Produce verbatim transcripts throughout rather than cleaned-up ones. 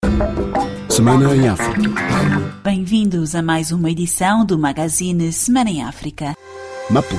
Semana em África. Bem-vindos a mais uma edição do Magazine Semana em África. Maputo,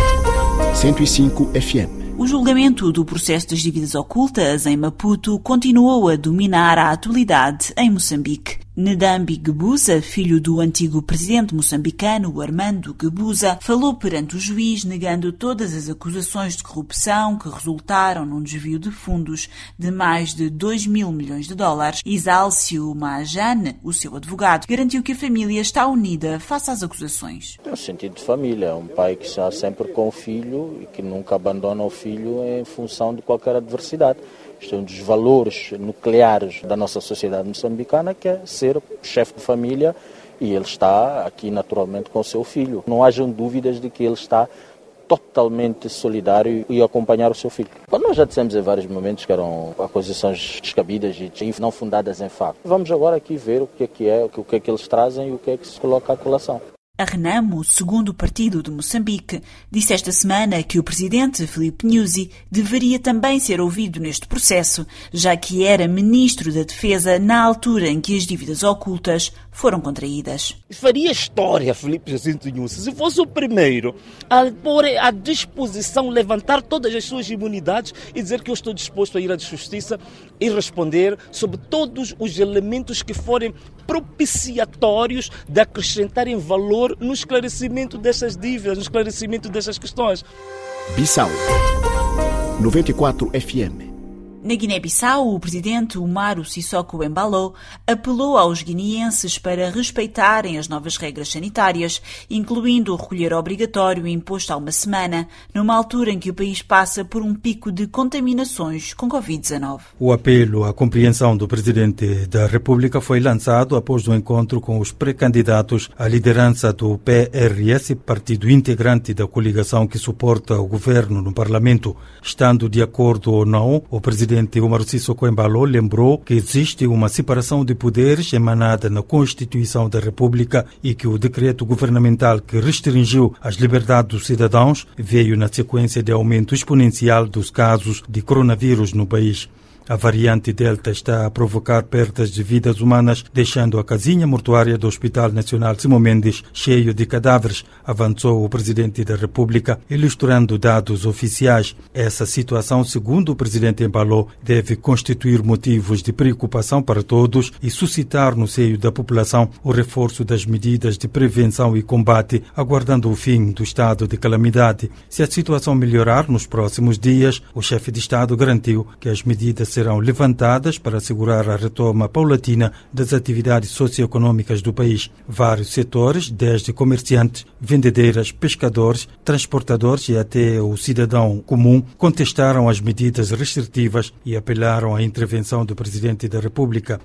cento e cinco F M. O julgamento do processo das dívidas ocultas em Maputo continuou a dominar a atualidade em Moçambique. Ndambi Guebuza, filho do antigo presidente moçambicano Armando Guebuza, falou perante o juiz negando todas as acusações de corrupção que resultaram num desvio de fundos de mais de dois mil milhões de dólares. Isálcio Mahajane, o seu advogado, garantiu que a família está unida face às acusações. Tem um sentido de família, um pai que está sempre com o filho e que nunca abandona o filho em função de qualquer adversidade. Isto é um dos valores nucleares da nossa sociedade moçambicana, que é ser chefe de família, e ele está aqui naturalmente com o seu filho. Não hajam dúvidas de que ele está totalmente solidário e acompanhar o seu filho. Nós já dissemos em vários momentos que eram acusações descabidas e não fundadas em facto. Vamos agora aqui ver o que é que é, o que é que eles trazem e o que é que se coloca à colação. A Renamo, segundo partido de Moçambique, disse esta semana que o presidente Filipe Nyusi deveria também ser ouvido neste processo, já que era ministro da Defesa na altura em que as dívidas ocultas foram contraídas. Faria história Filipe Jacinto Nyusi se fosse o primeiro a pôr à disposição, levantar todas as suas imunidades e dizer que eu estou disposto a ir à justiça e responder sobre todos os elementos que forem propiciatórios de acrescentarem valor no esclarecimento dessas dívidas, no esclarecimento dessas questões. Bissau, noventa e quatro F M. Na Guiné-Bissau, o presidente Umaru Sissoko Embalo apelou aos guineenses para respeitarem as novas regras sanitárias, incluindo o recolher obrigatório imposto há uma semana, numa altura em que o país passa por um pico de contaminações com covid dezenove. O apelo à compreensão do presidente da República foi lançado após o encontro com os pré-candidatos à liderança do P R S, partido integrante da coligação que suporta o governo no Parlamento. Estando de acordo ou não, o presidente O presidente Umaru Sissoko Embalo lembrou que existe uma separação de poderes emanada na Constituição da República e que o decreto governamental que restringiu as liberdades dos cidadãos veio na sequência de aumento exponencial dos casos de coronavírus no país. A variante Delta está a provocar perdas de vidas humanas, deixando a casinha mortuária do Hospital Nacional Simão Mendes cheio de cadáveres, avançou o presidente da República, ilustrando dados oficiais. Essa situação, segundo o presidente Embalo, deve constituir motivos de preocupação para todos e suscitar no seio da população o reforço das medidas de prevenção e combate, aguardando o fim do estado de calamidade. Se a situação melhorar nos próximos dias, o chefe de Estado garantiu que as medidas serão levantadas para assegurar a retoma paulatina das atividades socioeconômicas do país. Vários setores, desde comerciantes, vendedeiras, pescadores, transportadores e até o cidadão comum, contestaram as medidas restritivas e apelaram à intervenção do presidente da República.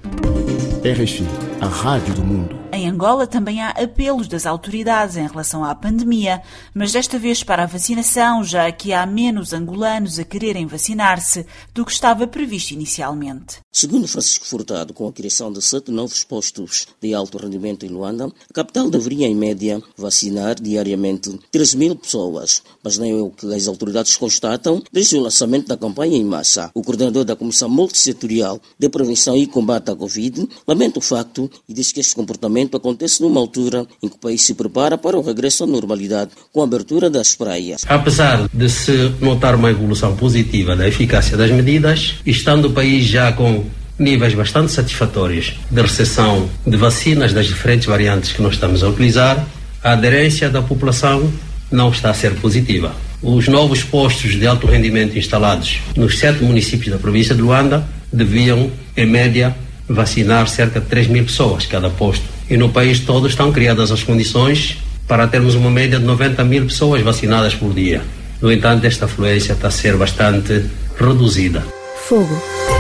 R F I, a rádio do mundo. Em Angola também há apelos das autoridades em relação à pandemia, mas desta vez para a vacinação, já que há menos angolanos a quererem vacinar-se do que estava previsto inicialmente. Segundo Francisco Furtado, com a criação de sete novos postos de alto rendimento em Luanda, a capital deveria, em média, vacinar diariamente treze mil pessoas, mas nem é o que as autoridades constatam desde o lançamento da campanha em massa. O coordenador da Comissão Multissetorial de Prevenção e Combate à Covid lamenta o facto e diz que este comportamento acontece numa altura em que o país se prepara para o regresso à normalidade com a abertura das praias. Apesar de se notar uma evolução positiva da eficácia das medidas, estando o país já com níveis bastante satisfatórios de recepção de vacinas das diferentes variantes que nós estamos a utilizar, a aderência da população não está a ser positiva. Os novos postos de alto rendimento instalados nos sete municípios da província de Luanda deviam, em média, vacinar cerca de três mil pessoas cada posto. E no país todo estão criadas as condições para termos uma média de noventa mil pessoas vacinadas por dia. No entanto, esta afluência está a ser bastante reduzida. Fogo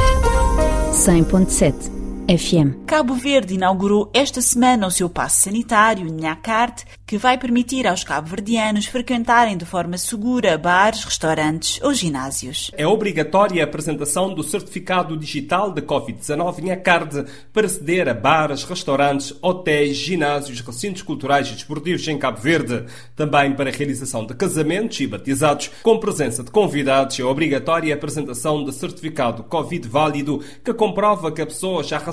cem ponto sete F M. Cabo Verde inaugurou esta semana o seu passe sanitário Nhacarte, que vai permitir aos cabo-verdianos frequentarem de forma segura bares, restaurantes ou ginásios. É obrigatória a apresentação do certificado digital de covid dezenove Nhacarte para aceder a bares, restaurantes, hotéis, ginásios, recintos culturais e desportivos em Cabo Verde. Também para a realização de casamentos e batizados com presença de convidados é obrigatória a apresentação de certificado Covid válido que comprova que a pessoa já recebeu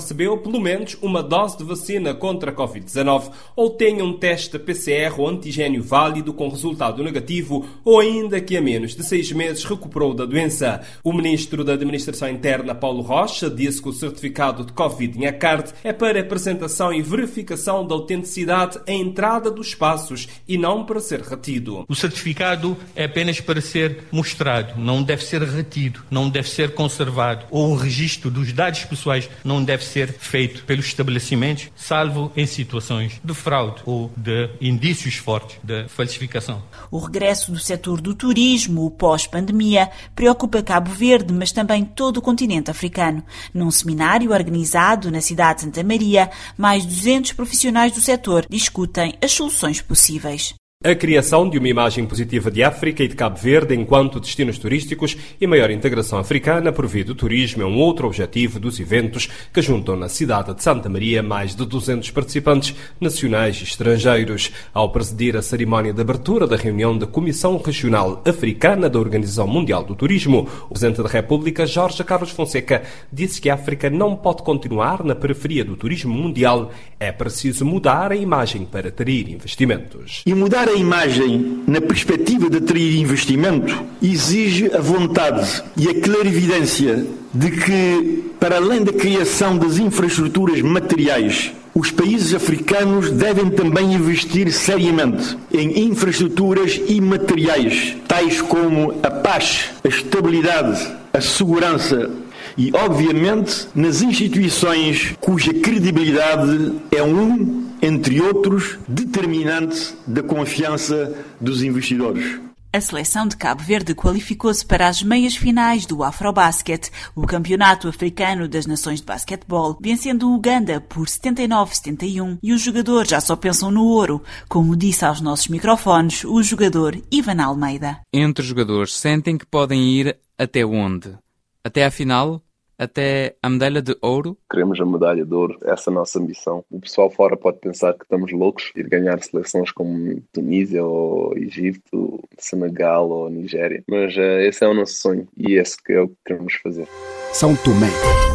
recebeu pelo menos uma dose de vacina contra a covid dezanove ou tenha um teste P C R ou antigênio válido com resultado negativo ou ainda que há menos de seis meses recuperou da doença. O ministro da Administração Interna, Paulo Rocha, disse que o certificado de Covid Nhacard é para apresentação e verificação da autenticidade à entrada dos espaços e não para ser retido. O certificado é apenas para ser mostrado, não deve ser retido, não deve ser conservado, ou o registro dos dados pessoais não deve ser feito pelos estabelecimentos, salvo em situações de fraude ou de indícios fortes de falsificação. O regresso do setor do turismo pós-pandemia preocupa Cabo Verde, mas também todo o continente africano. Num seminário organizado na cidade de Santa Maria, mais de duzentos profissionais do setor discutem as soluções possíveis. A criação de uma imagem positiva de África e de Cabo Verde enquanto destinos turísticos e maior integração africana por via do turismo é um outro objetivo dos eventos que juntam na cidade de Santa Maria mais de duzentos participantes nacionais e estrangeiros. Ao presidir a cerimónia de abertura da reunião da Comissão Regional Africana da Organização Mundial do Turismo, o Presidente da República, Jorge Carlos Fonseca, disse que a África não pode continuar na periferia do turismo mundial. É preciso mudar a imagem para atrair investimentos. E mudar a imagem na perspectiva de atrair investimento exige a vontade e a clarividência de que, para além da criação das infraestruturas materiais, os países africanos devem também investir seriamente em infraestruturas imateriais, tais como a paz, a estabilidade, a segurança e, obviamente, nas instituições cuja credibilidade é um, entre outros, determinante da confiança dos investidores. A seleção de Cabo Verde qualificou-se para as meias finais do Afrobasket, o campeonato africano das nações de basquetebol, vencendo o Uganda por setenta e nove a setenta e um, e os jogadores já só pensam no ouro, como disse aos nossos microfones o jogador Ivan Almeida. Entre os jogadores sentem que podem ir até onde? Até à final? Até a medalha de ouro? Queremos a medalha de ouro, essa é a nossa ambição. O pessoal fora pode pensar que estamos loucos de ganhar seleções como Tunísia ou Egito, Senegal ou Nigéria, mas uh, esse é o nosso sonho e esse que é o que queremos fazer. São Tomé,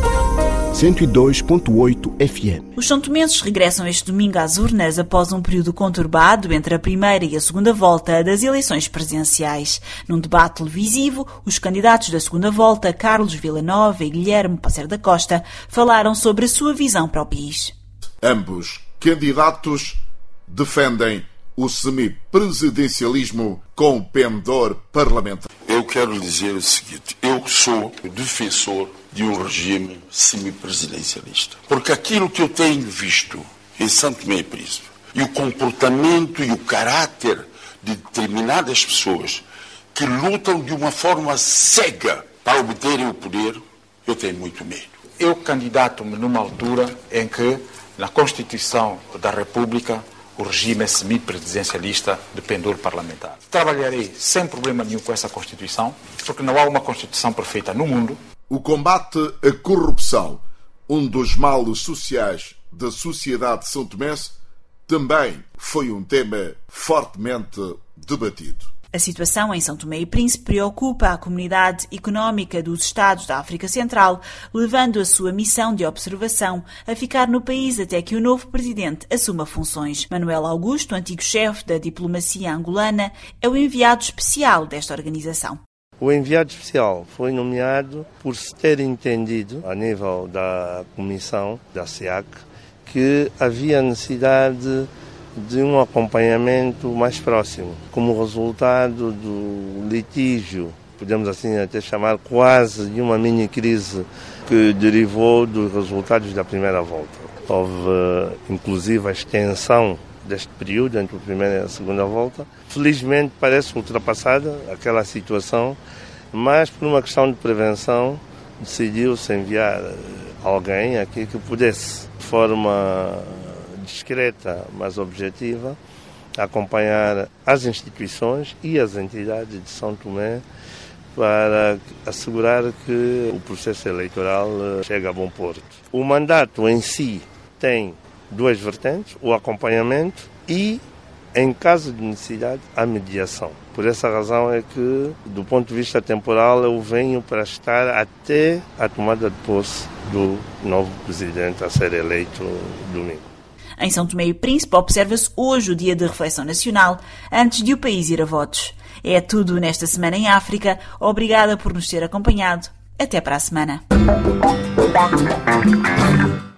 cento e dois ponto oito F M. Os são-tomenses regressam este domingo às urnas após um período conturbado entre a primeira e a segunda volta das eleições presidenciais. Num debate televisivo, os candidatos da segunda volta, Carlos Villanova e Guilherme Passer da Costa, falaram sobre a sua visão para o país. Ambos candidatos defendem o semipresidencialismo com pendor parlamentar. Eu quero dizer o seguinte, eu sou defensor de um regime semipresidencialista. Porque aquilo que eu tenho visto em Santo Tomé e Príncipe e o comportamento e o caráter de determinadas pessoas que lutam de uma forma cega para obterem o poder, eu tenho muito medo. Eu candidato-me numa altura em que, na Constituição da República, o regime é semipresidencialista de pendor parlamentar. Trabalharei sem problema nenhum com essa Constituição, porque não há uma Constituição perfeita no mundo. O combate à corrupção, um dos males sociais da sociedade são-tomense, também foi um tema fortemente debatido. A situação em São Tomé e Príncipe preocupa a comunidade económica dos Estados da África Central, levando a sua missão de observação a ficar no país até que o novo presidente assuma funções. Manuel Augusto, antigo chefe da diplomacia angolana, é o enviado especial desta organização. O enviado especial foi nomeado por se ter entendido, a nível da comissão da S E A C, que havia necessidade de um acompanhamento mais próximo, como resultado do litígio, podemos assim até chamar quase de uma mini-crise que derivou dos resultados da primeira volta. Houve, inclusive, a extensão deste período entre a primeira e a segunda volta. Felizmente parece ultrapassada aquela situação, mas por uma questão de prevenção decidiu-se enviar alguém aqui que pudesse, de forma discreta, mas objetiva, acompanhar as instituições e as entidades de São Tomé para assegurar que o processo eleitoral chegue a bom porto. O mandato em si tem duas vertentes, o acompanhamento e, em caso de necessidade, a mediação. Por essa razão é que, do ponto de vista temporal, eu venho para estar até a tomada de posse do novo presidente a ser eleito domingo. Em São Tomé e Príncipe observa-se hoje o dia de reflexão nacional, antes de o país ir a votos. É tudo nesta Semana em África. Obrigada por nos ter acompanhado. Até para a semana.